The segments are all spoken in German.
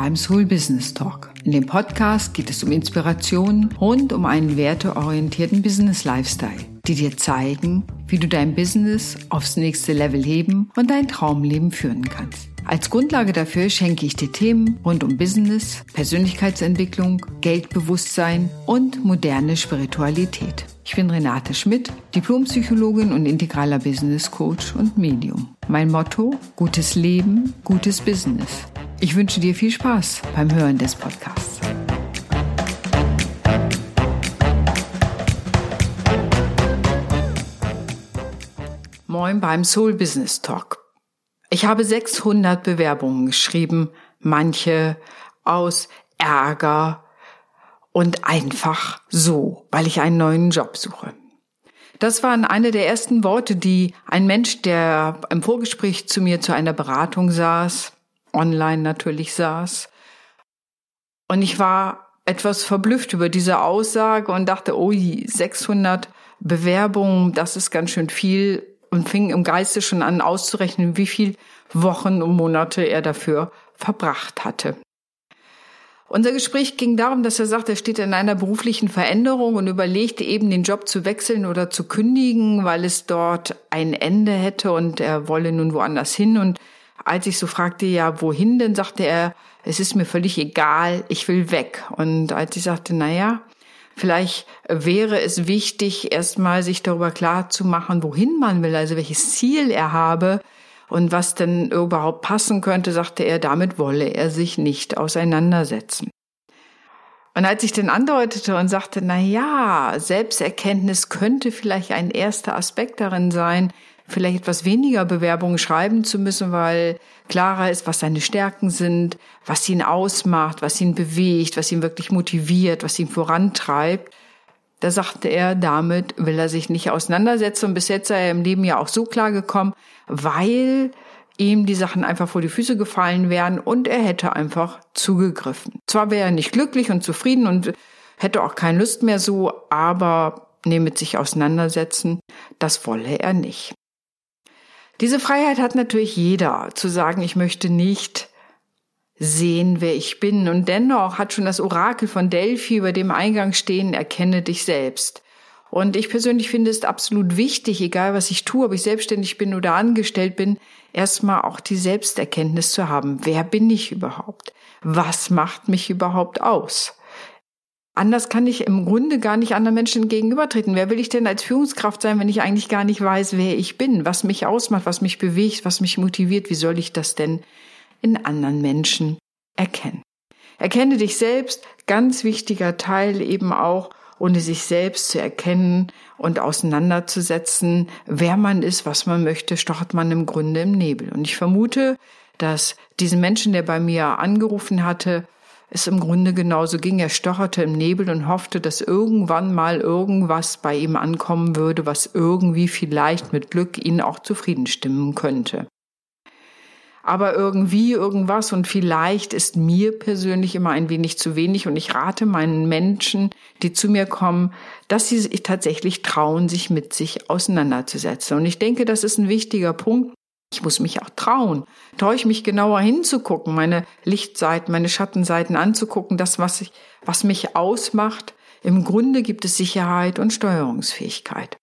beim Soul Business Talk. In dem Podcast geht es um Inspiration rund um einen werteorientierten Business-Lifestyle, die dir zeigen, wie du dein Business aufs nächste Level heben und dein Traumleben führen kannst. Als Grundlage dafür schenke ich dir Themen rund um Business, Persönlichkeitsentwicklung, Geldbewusstsein und moderne Spiritualität. Ich bin Renate Schmidt, Diplompsychologin und integraler Business Coach und Medium. Mein Motto: gutes Leben, gutes Business. Ich wünsche dir viel Spaß beim Hören des Podcasts. Moin beim Soul Business Talk. Ich habe 600 Bewerbungen geschrieben, manche aus Ärger und einfach so, weil ich einen neuen Job suche. Das waren eine der ersten Worte, die ein Mensch, der im Vorgespräch zu mir zu einer Beratung saß, online natürlich saß. Und ich war etwas verblüfft über diese Aussage und dachte, ui, 600 Bewerbungen, das ist ganz schön viel. Und fing im Geiste schon an auszurechnen, wie viel Wochen und Monate er dafür verbracht hatte. Unser Gespräch ging darum, dass er sagt, er steht in einer beruflichen Veränderung und überlegte eben, den Job zu wechseln oder zu kündigen, weil es dort ein Ende hätte und er wolle nun woanders hin. Und als ich so fragte, ja, wohin denn, sagte er, es ist mir völlig egal, ich will weg. Und als ich sagte, naja, vielleicht wäre es wichtig, erstmal sich darüber klar zu machen, wohin man will, also welches Ziel er habe und was denn überhaupt passen könnte, sagte er, damit wolle er sich nicht auseinandersetzen. Und als ich dann andeutete und sagte, na ja, Selbsterkenntnis könnte vielleicht ein erster Aspekt darin sein, vielleicht etwas weniger Bewerbungen schreiben zu müssen, weil klarer ist, was seine Stärken sind, was ihn ausmacht, was ihn bewegt, was ihn wirklich motiviert, was ihn vorantreibt. Da sagte er, damit will er sich nicht auseinandersetzen. Und bis jetzt sei er im Leben ja auch so klar gekommen, weil ihm die Sachen einfach vor die Füße gefallen wären und er hätte einfach zugegriffen. Zwar wäre er nicht glücklich und zufrieden und hätte auch keine Lust mehr so, aber mit sich auseinandersetzen, das wolle er nicht. Diese Freiheit hat natürlich jeder, zu sagen, ich möchte nicht sehen, wer ich bin. Und dennoch hat schon das Orakel von Delphi über dem Eingang stehen, erkenne dich selbst. Und ich persönlich finde es absolut wichtig, egal was ich tue, ob ich selbstständig bin oder angestellt bin, erstmal auch die Selbsterkenntnis zu haben. Wer bin ich überhaupt? Was macht mich überhaupt aus? Anders kann ich im Grunde gar nicht anderen Menschen gegenübertreten. Wer will ich denn als Führungskraft sein, wenn ich eigentlich gar nicht weiß, wer ich bin, was mich ausmacht, was mich bewegt, was mich motiviert? Wie soll ich das denn in anderen Menschen erkennen? Erkenne dich selbst, ganz wichtiger Teil eben auch, ohne sich selbst zu erkennen und auseinanderzusetzen, wer man ist, was man möchte, stochert man im Grunde im Nebel. Und ich vermute, dass diesen Menschen, der bei mir angerufen hatte, es im Grunde genauso ging. Er stocherte im Nebel und hoffte, dass irgendwann mal irgendwas bei ihm ankommen würde, was irgendwie vielleicht mit Glück ihn auch zufrieden stimmen könnte. Aber irgendwie, irgendwas und vielleicht ist mir persönlich immer ein wenig zu wenig und ich rate meinen Menschen, die zu mir kommen, dass sie sich tatsächlich trauen, sich mit sich auseinanderzusetzen. Und ich denke, das ist ein wichtiger Punkt. Ich muss mich auch trauen, traue ich mich genauer hinzugucken, meine Lichtseiten, meine Schattenseiten anzugucken, das, was mich ausmacht. Im Grunde gibt es Sicherheit und Steuerungsfähigkeit.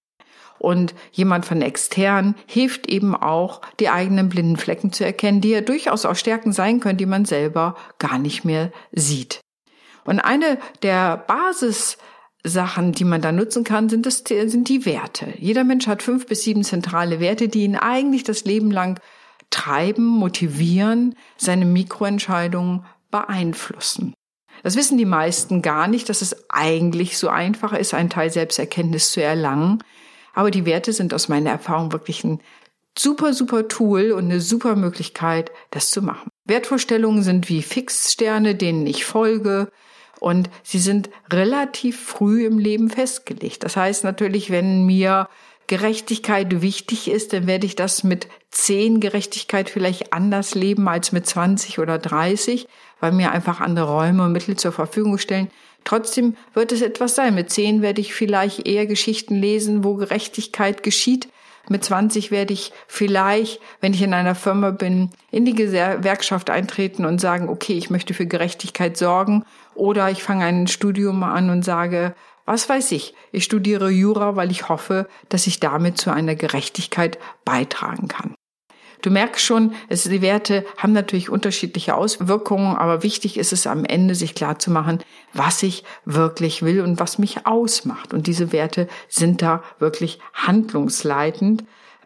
Und jemand von extern hilft eben auch, die eigenen blinden Flecken zu erkennen, die ja durchaus auch Stärken sein können, die man selber gar nicht mehr sieht. Und eine der Basissachen, die man da nutzen kann, sind die Werte. Jeder Mensch hat 5 bis 7 zentrale Werte, die ihn eigentlich das Leben lang treiben, motivieren, seine Mikroentscheidungen beeinflussen. Das wissen die meisten gar nicht, dass es eigentlich so einfach ist, einen Teil Selbsterkenntnis zu erlangen. Aber die Werte sind aus meiner Erfahrung wirklich ein super, super Tool und eine super Möglichkeit, das zu machen. Wertvorstellungen sind wie Fixsterne, denen ich folge. Und sie sind relativ früh im Leben festgelegt. Das heißt natürlich, wenn mir Gerechtigkeit wichtig ist, dann werde ich das mit 10 Gerechtigkeit vielleicht anders leben als mit 20 oder 30, weil mir einfach andere Räume und Mittel zur Verfügung stellen. Trotzdem wird es etwas sein. Mit 10 werde ich vielleicht eher Geschichten lesen, wo Gerechtigkeit geschieht. Mit 20 werde ich vielleicht, wenn ich in einer Firma bin, in die Gewerkschaft eintreten und sagen, okay, ich möchte für Gerechtigkeit sorgen. Oder ich fange ein Studium an und sage, was weiß ich studiere Jura, weil ich hoffe, dass ich damit zu einer Gerechtigkeit beitragen kann. Du merkst schon, die Werte haben natürlich unterschiedliche Auswirkungen, aber wichtig ist es am Ende, sich klarzumachen, was ich wirklich will und was mich ausmacht. Und diese Werte sind da wirklich handlungsleitend.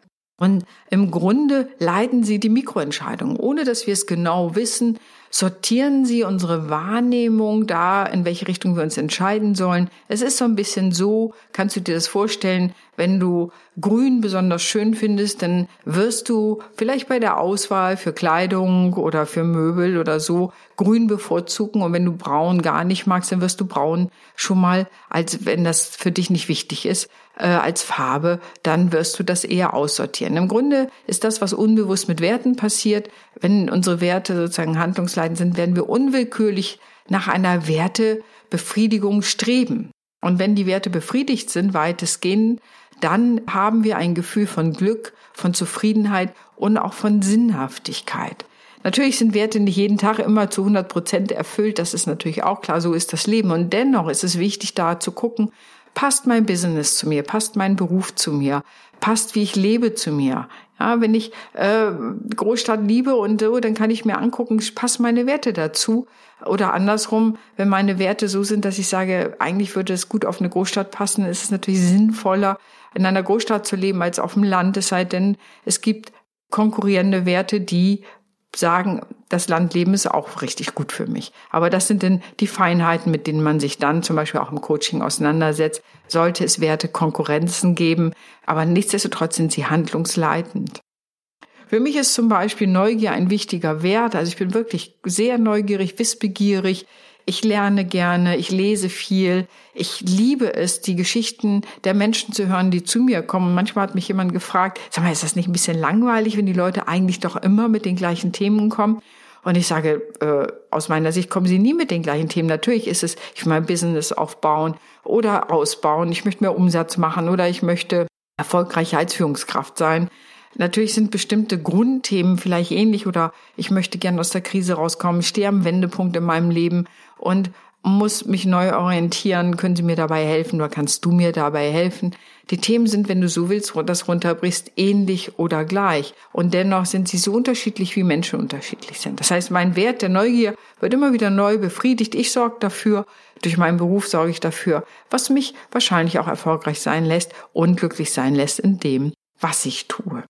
Und im Grunde leiten sie die Mikroentscheidungen. Ohne dass wir es genau wissen, sortieren sie unsere Wahrnehmung da, in welche Richtung wir uns entscheiden sollen. Es ist so ein bisschen so, kannst du dir das vorstellen, wenn du Grün besonders schön findest, dann wirst du vielleicht bei der Auswahl für Kleidung oder für Möbel oder so Grün bevorzugen. Und wenn du Braun gar nicht magst, dann wirst du Braun schon mal, als wenn das für dich nicht wichtig ist, als Farbe, dann wirst du das eher aussortieren. Im Grunde ist das, was unbewusst mit Werten passiert. Wenn unsere Werte sozusagen handlungsleitend sind, werden wir unwillkürlich nach einer Wertebefriedigung streben. Und wenn die Werte befriedigt sind, weitestgehend, dann haben wir ein Gefühl von Glück, von Zufriedenheit und auch von Sinnhaftigkeit. Natürlich sind Werte nicht jeden Tag immer zu 100% erfüllt. Das ist natürlich auch klar, so ist das Leben. Und dennoch ist es wichtig, da zu gucken, passt mein Business zu mir, passt mein Beruf zu mir, passt, wie ich lebe, zu mir. Ja, wenn ich Großstadt liebe und so, dann kann ich mir angucken, passen meine Werte dazu. Oder andersrum, wenn meine Werte so sind, dass ich sage, eigentlich würde es gut auf eine Großstadt passen, ist es natürlich sinnvoller, in einer Großstadt zu leben als auf dem Land. Es sei denn, es gibt konkurrierende Werte, die sagen, das Landleben ist auch richtig gut für mich. Aber das sind dann die Feinheiten, mit denen man sich dann zum Beispiel auch im Coaching auseinandersetzt. Sollte es Wertekonkurrenzen geben, aber nichtsdestotrotz sind sie handlungsleitend. Für mich ist zum Beispiel Neugier ein wichtiger Wert. Also ich bin wirklich sehr neugierig, wissbegierig. Ich lerne gerne, ich lese viel. Ich liebe es, die Geschichten der Menschen zu hören, die zu mir kommen. Manchmal hat mich jemand gefragt, sag mal, ist das nicht ein bisschen langweilig, wenn die Leute eigentlich doch immer mit den gleichen Themen kommen? Und ich sage, aus meiner Sicht kommen sie nie mit den gleichen Themen. Natürlich ist es, ich will mein Business aufbauen oder ausbauen. Ich möchte mehr Umsatz machen oder ich möchte erfolgreicher als Führungskraft sein. Natürlich sind bestimmte Grundthemen vielleicht ähnlich oder ich möchte gerne aus der Krise rauskommen, ich stehe am Wendepunkt in meinem Leben und muss mich neu orientieren. Können Sie mir dabei helfen oder kannst du mir dabei helfen? Die Themen sind, wenn du so willst, das runterbrichst, ähnlich oder gleich. Und dennoch sind sie so unterschiedlich, wie Menschen unterschiedlich sind. Das heißt, mein Wert der Neugier wird immer wieder neu befriedigt. Ich sorge dafür, durch meinen Beruf sorge ich dafür, was mich wahrscheinlich auch erfolgreich sein lässt und glücklich sein lässt in dem, was ich tue.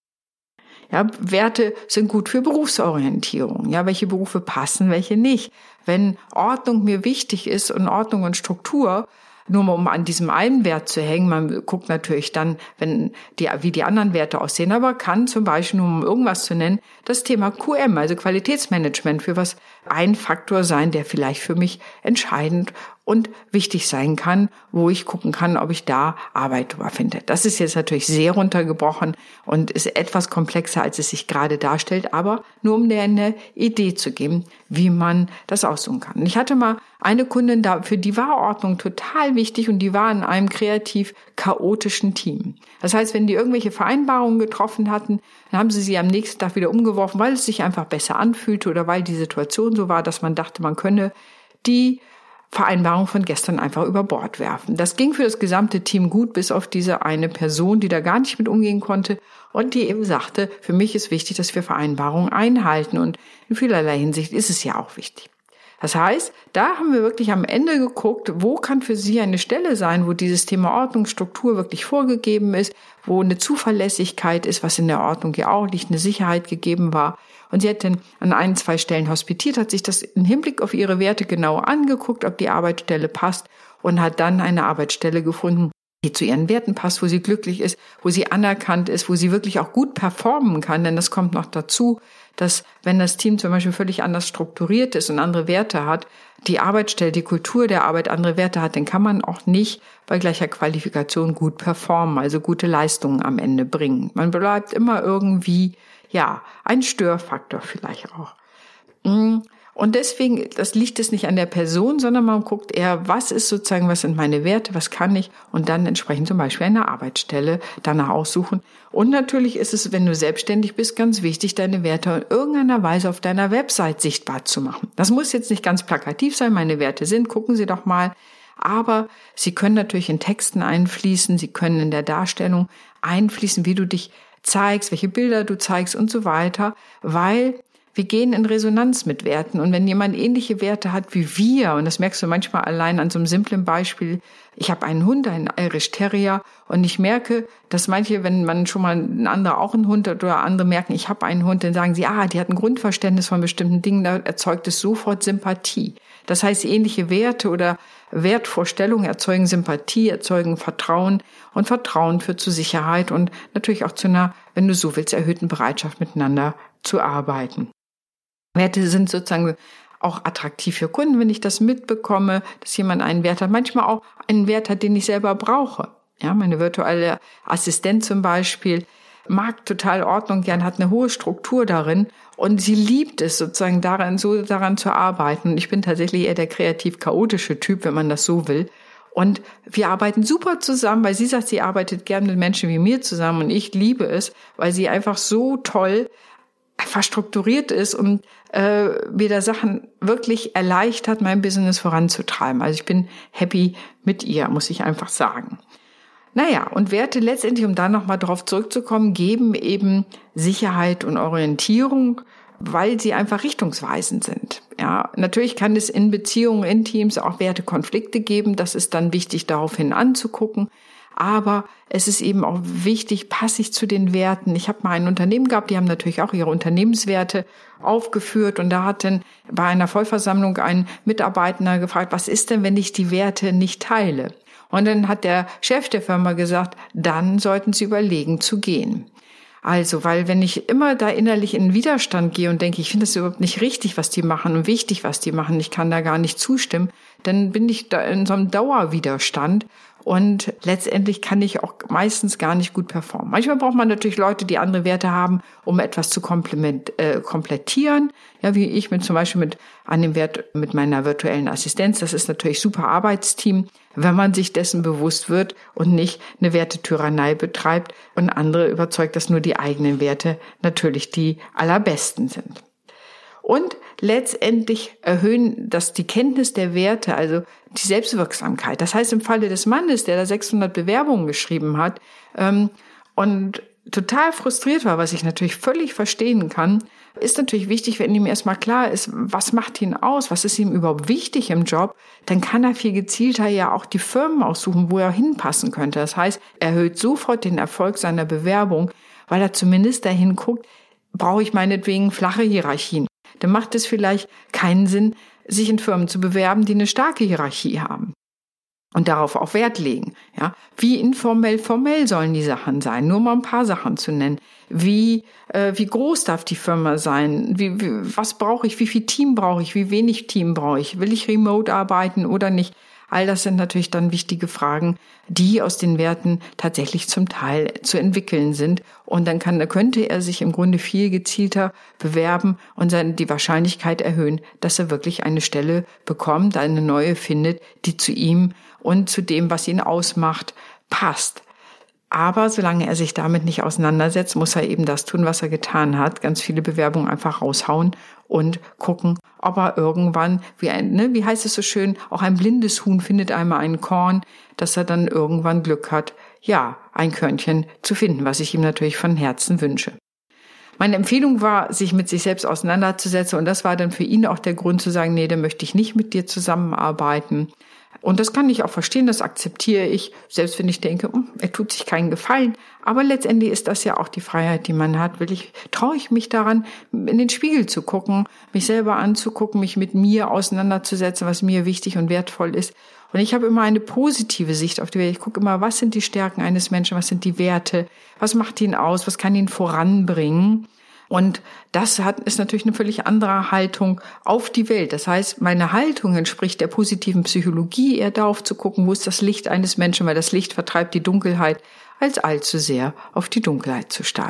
Ja, Werte sind gut für Berufsorientierung. Ja, welche Berufe passen, welche nicht. Wenn Ordnung mir wichtig ist und Ordnung und Struktur, nur mal um an diesem einen Wert zu hängen, man guckt natürlich dann, wie die anderen Werte aussehen, aber kann zum Beispiel, nur um irgendwas zu nennen, das Thema QM, also Qualitätsmanagement, für was ein Faktor sein, der vielleicht für mich entscheidend und wichtig sein kann, wo ich gucken kann, ob ich da Arbeit drüber finde. Das ist jetzt natürlich sehr runtergebrochen und ist etwas komplexer, als es sich gerade darstellt, aber nur um dir eine Idee zu geben, wie man das aussuchen kann. Und ich hatte mal eine Kundin, für die war Ordnung total wichtig und die war in einem kreativ chaotischen Team. Das heißt, wenn die irgendwelche Vereinbarungen getroffen hatten, dann haben sie am nächsten Tag wieder umgeworfen, weil es sich einfach besser anfühlte oder weil die Situation so war, dass man dachte, man könne die Vereinbarung von gestern einfach über Bord werfen. Das ging für das gesamte Team gut, bis auf diese eine Person, die da gar nicht mit umgehen konnte und die eben sagte, für mich ist wichtig, dass wir Vereinbarungen einhalten und in vielerlei Hinsicht ist es ja auch wichtig. Das heißt, da haben wir wirklich am Ende geguckt, wo kann für sie eine Stelle sein, wo dieses Thema Ordnung, Struktur wirklich vorgegeben ist, wo eine Zuverlässigkeit ist, was in der Ordnung ja auch nicht, eine Sicherheit gegeben war. Und sie hat dann an 1-2 Stellen hospitiert, hat sich das im Hinblick auf ihre Werte genau angeguckt, ob die Arbeitsstelle passt und hat dann eine Arbeitsstelle gefunden, die zu ihren Werten passt, wo sie glücklich ist, wo sie anerkannt ist, wo sie wirklich auch gut performen kann. Denn das kommt noch dazu, dass wenn das Team zum Beispiel völlig anders strukturiert ist und andere Werte hat, die Arbeitsstelle, die Kultur der Arbeit andere Werte hat, dann kann man auch nicht bei gleicher Qualifikation gut performen, also gute Leistungen am Ende bringen. Man bleibt immer irgendwie, ein Störfaktor vielleicht auch. Und deswegen, das liegt es nicht an der Person, sondern man guckt eher, was sind meine Werte, was kann ich, und dann entsprechend zum Beispiel eine Arbeitsstelle danach aussuchen. Und natürlich ist es, wenn du selbstständig bist, ganz wichtig, deine Werte in irgendeiner Weise auf deiner Website sichtbar zu machen. Das muss jetzt nicht ganz plakativ sein, meine Werte sind, gucken Sie doch mal. Aber sie können natürlich in Texten einfließen, sie können in der Darstellung einfließen, wie du dich zeigst, welche Bilder du zeigst und so weiter, weil wir gehen in Resonanz mit Werten. Und wenn jemand ähnliche Werte hat wie wir, und das merkst du manchmal allein an so einem simplen Beispiel, ich habe einen Hund, einen Irish Terrier, und ich merke, dass manche, wenn man schon mal ein anderer auch einen Hund hat oder andere merken, ich habe einen Hund, dann sagen sie, die hat ein Grundverständnis von bestimmten Dingen, da erzeugt es sofort Sympathie. Das heißt, ähnliche Werte oder Wertvorstellungen erzeugen Sympathie, erzeugen Vertrauen, und Vertrauen führt zu Sicherheit und natürlich auch zu einer, wenn du so willst, erhöhten Bereitschaft, miteinander zu arbeiten. Werte sind sozusagen auch attraktiv für Kunden, wenn ich das mitbekomme, dass jemand einen Wert hat, manchmal auch einen Wert hat, den ich selber brauche. Ja, meine virtuelle Assistent zum Beispiel mag total Ordnung gern, hat eine hohe Struktur darin und sie liebt es sozusagen daran zu arbeiten. Und ich bin tatsächlich eher der kreativ-chaotische Typ, wenn man das so will. Und wir arbeiten super zusammen, weil sie sagt, sie arbeitet gern mit Menschen wie mir zusammen, und ich liebe es, weil sie einfach so toll einfach strukturiert ist und mir da Sachen wirklich erleichtert, mein Business voranzutreiben. Also ich bin happy mit ihr, muss ich einfach sagen. Naja, und Werte letztendlich, um da nochmal drauf zurückzukommen, geben eben Sicherheit und Orientierung, weil sie einfach richtungsweisend sind. Ja, natürlich kann es in Beziehungen, in Teams auch Wertekonflikte geben. Das ist dann wichtig, daraufhin anzugucken. Aber es ist eben auch wichtig, passe ich zu den Werten. Ich habe mal ein Unternehmen gehabt, die haben natürlich auch ihre Unternehmenswerte aufgeführt, und da hat dann bei einer Vollversammlung ein Mitarbeiter gefragt, was ist denn, wenn ich die Werte nicht teile? Und dann hat der Chef der Firma gesagt, dann sollten Sie überlegen zu gehen. Also, weil wenn ich immer da innerlich in Widerstand gehe und denke, ich finde das überhaupt nicht richtig, was die machen, und wichtig, was die machen, ich kann da gar nicht zustimmen, dann bin ich da in so einem Dauerwiderstand. Und letztendlich kann ich auch meistens gar nicht gut performen. Manchmal braucht man natürlich Leute, die andere Werte haben, um etwas zu komplettieren. Ja, wie ich zum Beispiel an dem Wert mit meiner virtuellen Assistenz. Das ist natürlich super Arbeitsteam, wenn man sich dessen bewusst wird und nicht eine Wertetyrannei betreibt und andere überzeugt, dass nur die eigenen Werte natürlich die allerbesten sind. Und letztendlich erhöhen das die Kenntnis der Werte, also die Selbstwirksamkeit. Das heißt, im Falle des Mannes, der da 600 Bewerbungen geschrieben hat und total frustriert war, was ich natürlich völlig verstehen kann, ist natürlich wichtig, wenn ihm erstmal klar ist, was macht ihn aus, was ist ihm überhaupt wichtig im Job, dann kann er viel gezielter ja auch die Firmen aussuchen, wo er hinpassen könnte. Das heißt, er erhöht sofort den Erfolg seiner Bewerbung, weil er zumindest dahin guckt, brauche ich meinetwegen flache Hierarchien. Dann macht es vielleicht keinen Sinn, sich in Firmen zu bewerben, die eine starke Hierarchie haben und darauf auch Wert legen. Ja, wie informell, formell sollen die Sachen sein? Nur mal ein paar Sachen zu nennen. Wie groß darf die Firma sein? Was brauche ich? Wie viel Team brauche ich? Wie wenig Team brauche ich? Will ich remote arbeiten oder nicht? All das sind natürlich dann wichtige Fragen, die aus den Werten tatsächlich zum Teil zu entwickeln sind. Und dann könnte er sich im Grunde viel gezielter bewerben und die Wahrscheinlichkeit erhöhen, dass er wirklich eine Stelle bekommt, eine neue findet, die zu ihm und zu dem, was ihn ausmacht, passt. Aber solange er sich damit nicht auseinandersetzt, muss er eben das tun, was er getan hat. Ganz viele Bewerbungen einfach raushauen und gucken, ob er irgendwann, wie heißt es so schön, auch ein blindes Huhn findet einmal ein Korn, dass er dann irgendwann Glück hat, ja, ein Körnchen zu finden, was ich ihm natürlich von Herzen wünsche. Meine Empfehlung war, sich mit sich selbst auseinanderzusetzen, und das war dann für ihn auch der Grund zu sagen, nee, da möchte ich nicht mit dir zusammenarbeiten. Und das kann ich auch verstehen, das akzeptiere ich, selbst wenn ich denke, er tut sich keinen Gefallen. Aber letztendlich ist das ja auch die Freiheit, die man hat. Traue ich mich daran, in den Spiegel zu gucken, mich selber anzugucken, mich mit mir auseinanderzusetzen, was mir wichtig und wertvoll ist. Und ich habe immer eine positive Sicht auf die Welt. Ich gucke immer, was sind die Stärken eines Menschen, was sind die Werte, was macht ihn aus, was kann ihn voranbringen. Und das ist natürlich eine völlig andere Haltung auf die Welt. Das heißt, meine Haltung entspricht der positiven Psychologie, eher darauf zu gucken, wo ist das Licht eines Menschen, weil das Licht vertreibt die Dunkelheit, als allzu sehr auf die Dunkelheit zu starren.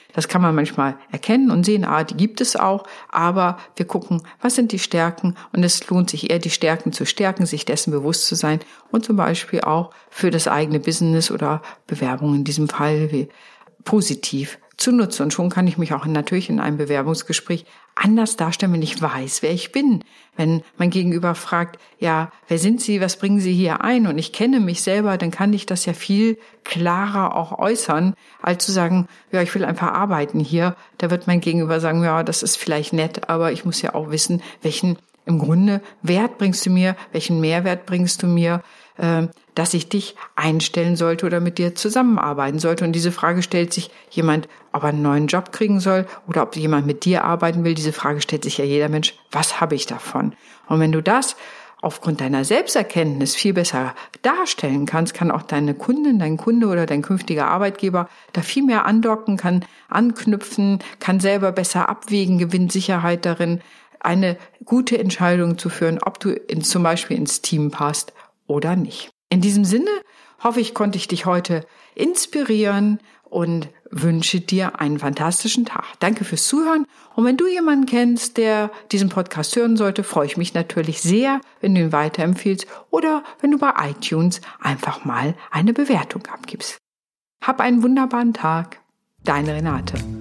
Das kann man manchmal erkennen und sehen, die gibt es auch, aber wir gucken, was sind die Stärken, und es lohnt sich eher, die Stärken zu stärken, sich dessen bewusst zu sein und zum Beispiel auch für das eigene Business oder Bewerbung in diesem Fall positiv zu nutzen. Und schon kann ich mich auch natürlich in einem Bewerbungsgespräch anders darstellen, wenn ich weiß, wer ich bin. Wenn mein Gegenüber fragt, ja, wer sind Sie, was bringen Sie hier ein? Und ich kenne mich selber, dann kann ich das ja viel klarer auch äußern, als zu sagen, ja, ich will einfach arbeiten hier. Da wird mein Gegenüber sagen, ja, das ist vielleicht nett, aber ich muss ja auch wissen, welchen im Grunde Wert bringst du mir, welchen Mehrwert bringst du mir, dass ich dich einstellen sollte oder mit dir zusammenarbeiten sollte. Und diese Frage stellt sich jemand, ob er einen neuen Job kriegen soll oder ob jemand mit dir arbeiten will. Diese Frage stellt sich ja jeder Mensch, was habe ich davon? Und wenn du das aufgrund deiner Selbsterkenntnis viel besser darstellen kannst, kann auch deine Kundin, dein Kunde oder dein künftiger Arbeitgeber da viel mehr andocken, kann anknüpfen, kann selber besser abwägen, gewinnt Sicherheit darin, eine gute Entscheidung zu führen, ob du zum Beispiel ins Team passt oder nicht. In diesem Sinne hoffe ich, konnte ich dich heute inspirieren und wünsche dir einen fantastischen Tag. Danke fürs Zuhören. Und wenn du jemanden kennst, der diesen Podcast hören sollte, freue ich mich natürlich sehr, wenn du ihn weiterempfiehlst oder wenn du bei iTunes einfach mal eine Bewertung abgibst. Hab einen wunderbaren Tag. Deine Renate.